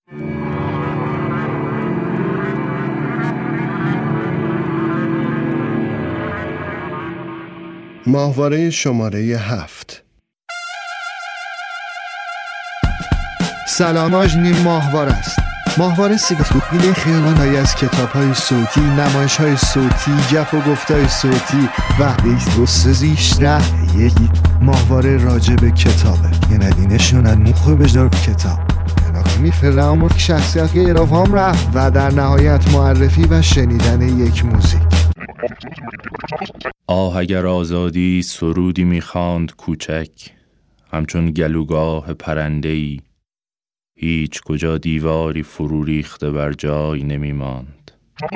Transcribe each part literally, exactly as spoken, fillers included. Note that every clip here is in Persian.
ماهواره شماره هفت. سلاماج نیم ماهواره است. ماهواره سیگتوکیل خیالانهایی از کتاب‌های صوتی، نمایش‌های صوتی، گپ و گفت‌های صوتی و بیست و سزیش ره یکی ماهواره راجع به کتابه. یه ندینشونن موخوی بجدار کتاب یعنی میفره امور که شخصیت که ایرافام رفت و در نهایت معرفی و شنیدن یک موزیک. آه اگر آزادی سرودی میخواند کوچک، همچون گلوگاه پرنده‌ای، هیچ کجا دیواری فرو ریخته بر جای نمیماند.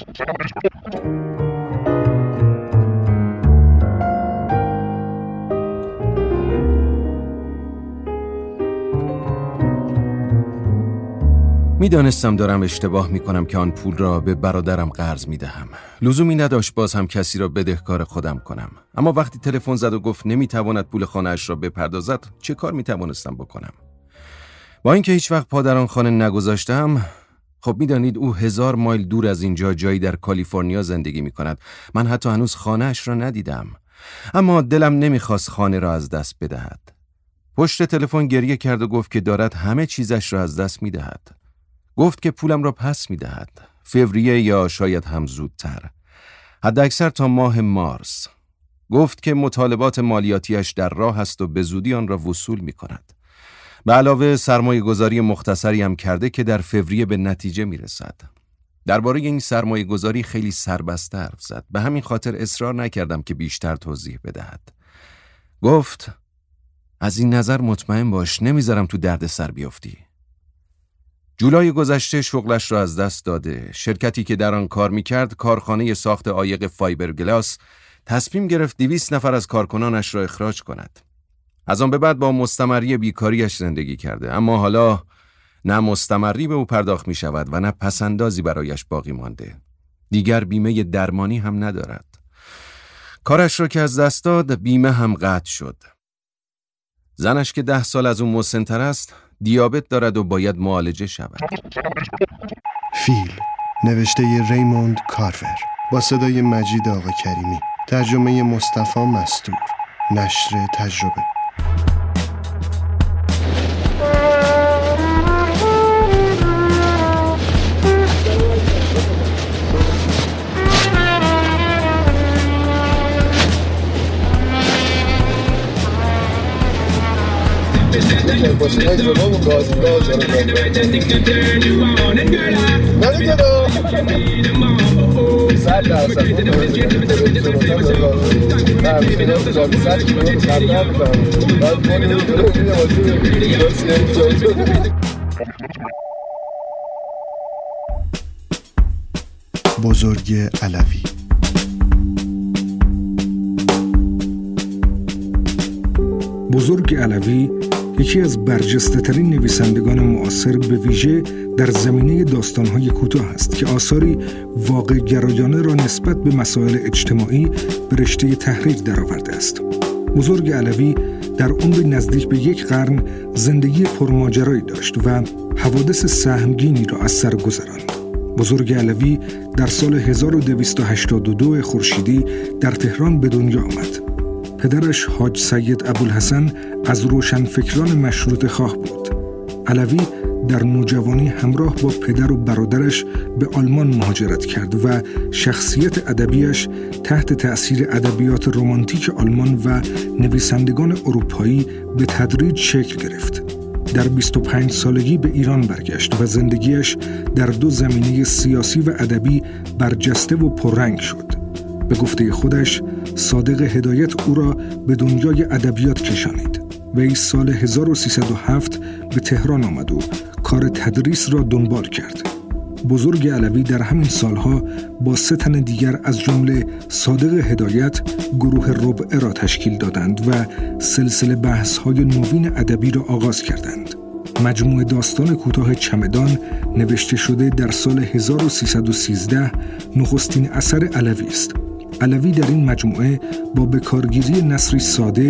میدانستم دارم اشتباه میکنم که آن پول را به برادرم قرض میدهم. لزومی نداشت باز هم کسی را بدهکار خودم کنم. اما وقتی تلفن زد و گفت نمیتواند پول خانه‌اش را بپردازد، چه کار میتوانستم بکنم؟ با اینکه هیچ وقت پا در آن خانه نگذاشتم، خب میدانید او هزار مایل دور از اینجا جایی در کالیفرنیا زندگی میکند. من حتی هنوز خانه‌اش را ندیدم. اما دلم نمیخواست خانه را از دست بدهد. پشت تلفن گریه کرد و گفت که دارد همه چیزش را از دست میدهد. گفت که پولم را پس میدهد، فوریه یا شاید هم زودتر، حد اکثر تا ماه مارس. گفت که مطالبات مالیاتیش در راه است و به زودی آن را وصول می کند. به علاوه سرمایه گذاری مختصری هم کرده که در فوریه به نتیجه می رسد. درباره این سرمایه گذاری خیلی سربسته حرف زد. به همین خاطر اصرار نکردم که بیشتر توضیح بدهد. گفت از این نظر مطمئن باش نمیذارم تو درد سر بیفتی. جولای گذشته شغلش را از دست داده. شرکتی که در آن کار میکرد، کارخانه ساخت عایق فایبرگلاس، تصمیم گرفت دویست نفر از کارکنانش را اخراج کند. از آن به بعد با مستمری بیکاریش زندگی کرده، اما حالا نه مستمری به او پرداخت می شود و نه پسندازی برایش باقی مانده. دیگر بیمه درمانی هم ندارد. کارش را که از دست داد، بیمه هم قطع شد. زنش که ده سال از اون مسن‌تر است، دیابت دارد و باید معالجه شود. فیل، نوشته ی ریموند کارور، با صدای مجید آقا کریمی، ترجمه مصطفی مستور، نشر تجربه. بزرگ علوی. بزرگ علوی یکی از برجسته‌ترین نویسندگان معاصر به ویژه در زمینه داستان‌های کوتاه است که آثاری واقع گرایانه را نسبت به مسائل اجتماعی به رشته تحریر درآورده است. بزرگ علوی در عمر نزدیک به یک قرن زندگی پرماجرایی داشت و حوادث سهمگینی را از سر گذراند. بزرگ علوی در سال هزار و دویست و هشتاد و دو خورشیدی در تهران به دنیا آمد. پدرش حاج سید ابوالحسن از روشنفکران مشروطه خواه بود. علوی در نوجوانی همراه با پدر و برادرش به آلمان مهاجرت کرد و شخصیت ادبیش تحت تأثیر ادبیات رمانتیک آلمان و نویسندگان اروپایی به تدریج شکل گرفت. در بیست و پنج سالگی به ایران برگشت و زندگیش در دو زمینه سیاسی و ادبی برجسته و پررنگ شد. به گفته خودش، صادق هدایت او را به دنیای ادبیات کشانید. وی سال هزار و سیصد و هفت به تهران آمد و کار تدریس را دنبال کرد. بزرگ علوی در همین سالها با سه تن دیگر از جمله صادق هدایت گروه ربعه را تشکیل دادند و سلسله بحث‌های نوین ادبی را آغاز کردند. مجموعه داستان کوتاه چمدان نوشته شده در سال هزار و سیصد و سیزده نخستین اثر علوی است. علوی در این مجموعه با بکارگیری نثری ساده،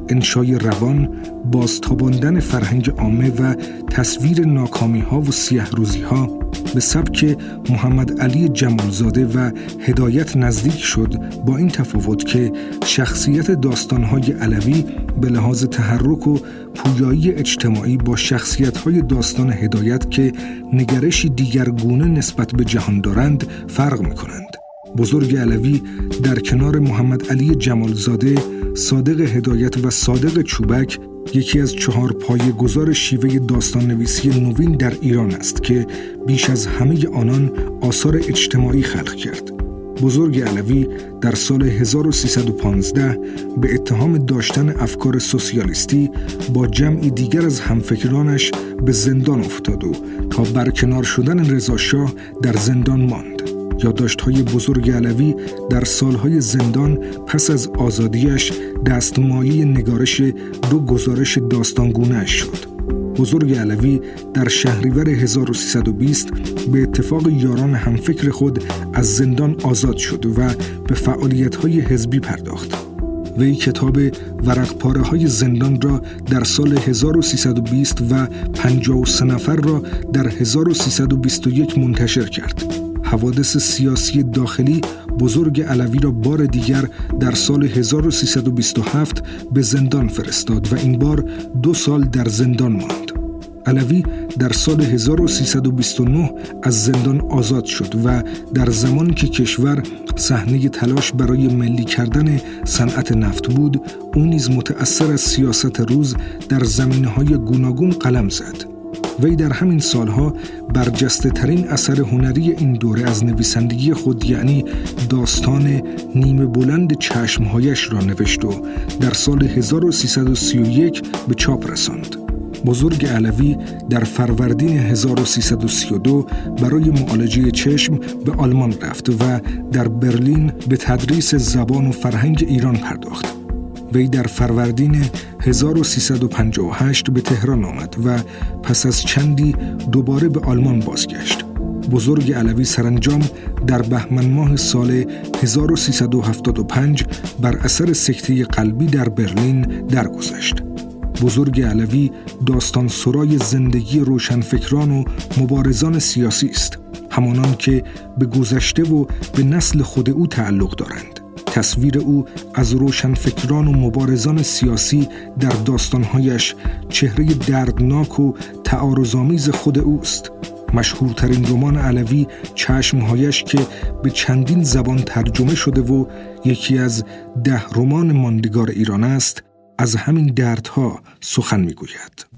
انشای روان، بازتاباندن فرهنگ عامه و تصویر ناکامی‌ها و سیاه روزی‌ها به سبک محمد علی جمالزاده و هدایت نزدیک شد، با این تفاوت که شخصیت داستان‌های علوی به لحاظ تحرک و پویایی اجتماعی با شخصیت‌های داستان هدایت که نگرشی دیگرگونه نسبت به جهان دارند فرق می‌کنند. بزرگ علوی در کنار محمد علی جمالزاده، صادق هدایت و صادق چوبک یکی از چهار پایه‌گذار شیوه داستان نویسی نوین در ایران است که بیش از همه آنان آثار اجتماعی خلق کرد. بزرگ علوی در سال هزار و سیصد و پانزده به اتهام داشتن افکار سوسیالیستی با جمعی دیگر از همفکرانش به زندان افتاد و تا برکنار شدن رضا شاه در زندان ماند. یادداشت‌های بزرگ علوی در سالهای زندان پس از آزادیش دستمایه نگارش دو گزارش داستانگونه‌اش شد. بزرگ علوی در شهریور هزار و سیصد و بیست به اتفاق یاران همفکر خود از زندان آزاد شد و به فعالیت‌های حزبی پرداخت. وی کتاب ورق‌پاره‌های زندان را در سال هزار و سیصد و بیست و پنجاه و سه نفر را در هزار و سیصد و بیست و یک منتشر کرد. حوادث سیاسی داخلی بزرگ علوی را بار دیگر در سال هزار و سیصد و بیست و هفت به زندان فرستاد و این بار دو سال در زندان ماند. علوی در سال هزار و سیصد و بیست و نه از زندان آزاد شد و در زمانی که کشور صحنه تلاش برای ملی کردن صنعت نفت بود، او نیز متأثر از سیاست روز در زمینه‌های گوناگون قلم زد. وی در همین سالها برجسته ترین اثر هنری این دوره از نویسندگی خود، یعنی داستان نیمه بلند چشمهایش را نوشت و در سال هزار و سیصد و سی و یک به چاپ رساند. بزرگ علوی در فروردین هزار و سیصد و سی و دو برای معالجه چشم به آلمان رفت و در برلین به تدریس زبان و فرهنگ ایران پرداخت. وی در فروردین هزار و سیصد و پنجاه و هشت به تهران آمد و پس از چندی دوباره به آلمان بازگشت. بزرگ علوی سرانجام در بهمن ماه سال هزار و سیصد و هفتاد و پنج بر اثر سکته قلبی در برلین درگذشت. بزرگ علوی داستان سرای زندگی روشنفکران و مبارزان سیاسی است، همانان که به گذشته و به نسل خود او تعلق دارند. تصویر او از روشنفکران و مبارزان سیاسی در داستانهایش چهره دردناک و تعارض‌آمیز خود اوست. مشهورترین رمان علوی چشمهایش که به چندین زبان ترجمه شده و یکی از ده رمان ماندگار ایران است، از همین دردها سخن می‌گوید.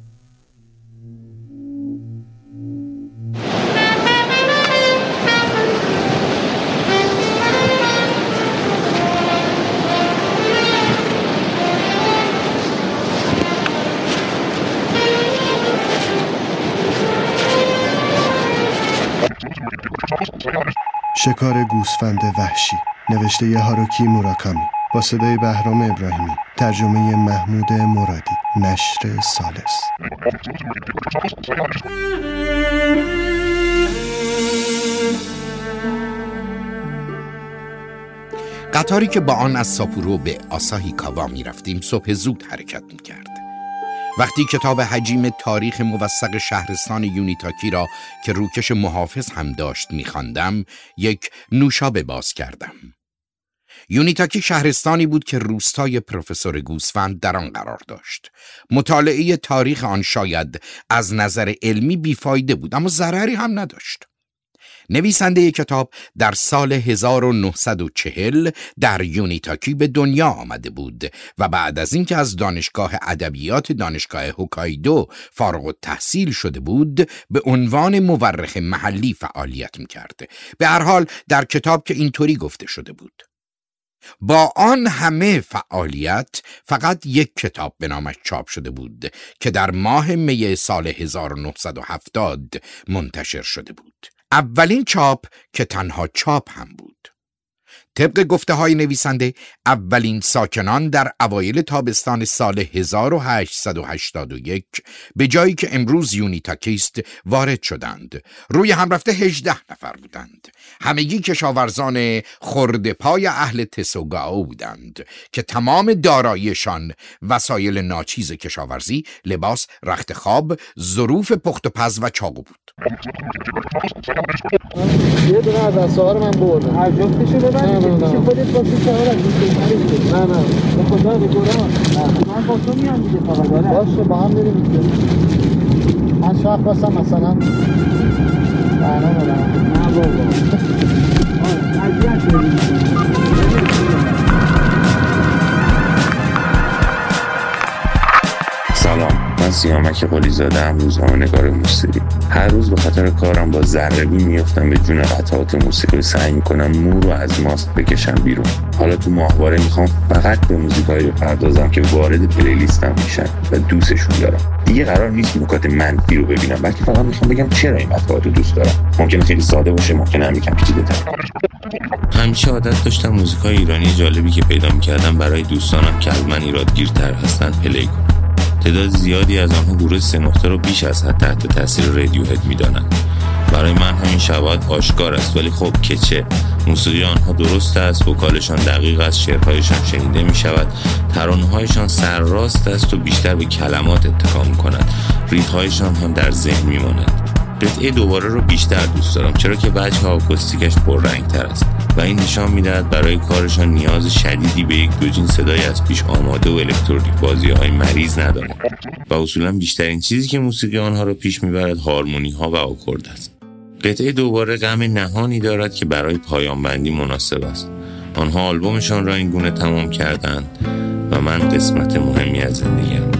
شکار گوسفند وحشی، نوشته ی هاروکی موراکامی، با صدای بهرام ابراهیمی، ترجمه محمود مرادی، نشر سالس. قطاری که با آن از ساپورو به آساهیکاوا می رفتیم صبح زود حرکت می کرد. وقتی کتاب حجیم تاریخ موثق شهرستان یونیتاکی را که روکش محافظ هم داشت می خواندم، یک نوشابه باز کردم. یونیتاکی شهرستانی بود که روستای پروفسور گوسفند در آن قرار داشت. مطالعه تاریخ آن شاید از نظر علمی بیفایده بود، اما ضرری هم نداشت. نویسنده کتاب در سال هزار و نهصد و چهل در یونیتاکی به دنیا آمده بود و بعد از اینکه از دانشگاه ادبیات دانشگاه هوکایدو فارغ التحصیل شده بود، به عنوان مورخ محلی فعالیت می‌کرد. به هر حال در کتاب که اینطوری گفته شده بود: با آن همه فعالیت فقط یک کتاب به نامش چاپ شده بود که در ماه می سال هزار و نهصد و هفتاد منتشر شده بود. اولین چاپ که تنها چاپ هم بود. طبق گفته های نویسنده اولین ساکنان در اوایل تابستان سال هزار و هشتصد و هشتاد و یک به جایی که امروز یونیتاکی است وارد شدند. روی هم رفته هجده نفر بودند. همگی کشاورزان خردپای اهل تسوگائو بودند که تمام داراییشان وسایل ناچیز کشاورزی، لباس، رخت خواب، ظروف پخت و پز و چاقو بود. یه دونه از اسعار من بردم. هر جفتشو ببرید. میشه خودت واسه سوار از این نه نه. به خدا بگورم. من با تو میام دیگه فقط. باشه با هم بریم. من شاخ واسم مثلا برنامه دارم. نه بابا. آه، اذیت کنید. سلام، من سیامک قلیزاده ام، روزنامه‌نگار موسیقی. هر روز به خاطر کارم با ذره‌بین میافتم به جون قطعات موسیقی، سعی میکنم مو رو از ماست بکشم بیرون. حالا تو ماهواره میخوام فقط به موزیکایی بپردازم که وارد پلیلیستم میشن و دوستشون دارم. دیگه قرار نیست نکات منفی رو ببینم، بلکه فقط میخوام بگم چرا این قطعات رو دوست دارم. ممکنه خیلی ساده باشه، ممکنه هم یکم پیچیده‌تر. همیشه عادت داشتم موزیکای ایرانی جالبی که پیدا میکردم برای دوستانم که از من ایرادگیرتر هستن پلی کنم. تعداد زیادی از آنها گروه سه نقطه رو بیش از حد تحت تاثیر رادیوهد میدانند. برای من همین شواهد آشکار است، ولی خب که چه؟ موسیقی آنها درست است، وکالشان دقیق است، شعرهایشان شنیده می شود، ترانه‌هایشان سرراست است و بیشتر به کلمات اتکا می کند، ریتم‌هایشان هم در ذهن می ماند. قطعه دوباره رو بیشتر دوست دارم، چرا که وجه آکوستیکش پررنگ‌تر است و این نشان می‌دهد برای کارشان نیاز شدیدی به یک دوجین صدای از پیش آماده و الکترونیک بازی‌های مریض ندارد و اصولاً بیشترین چیزی که موسیقی آنها را پیش می‌برد هارمونی‌ها و آکورد است. قطعه دوباره غم نهانی دارد که برای پایان بندی مناسب است. آنها آلبومشان را این گونه تمام کردند و من قسمت مهمی از زندگیم.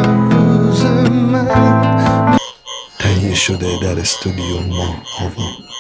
شده در استودیو ما آوا.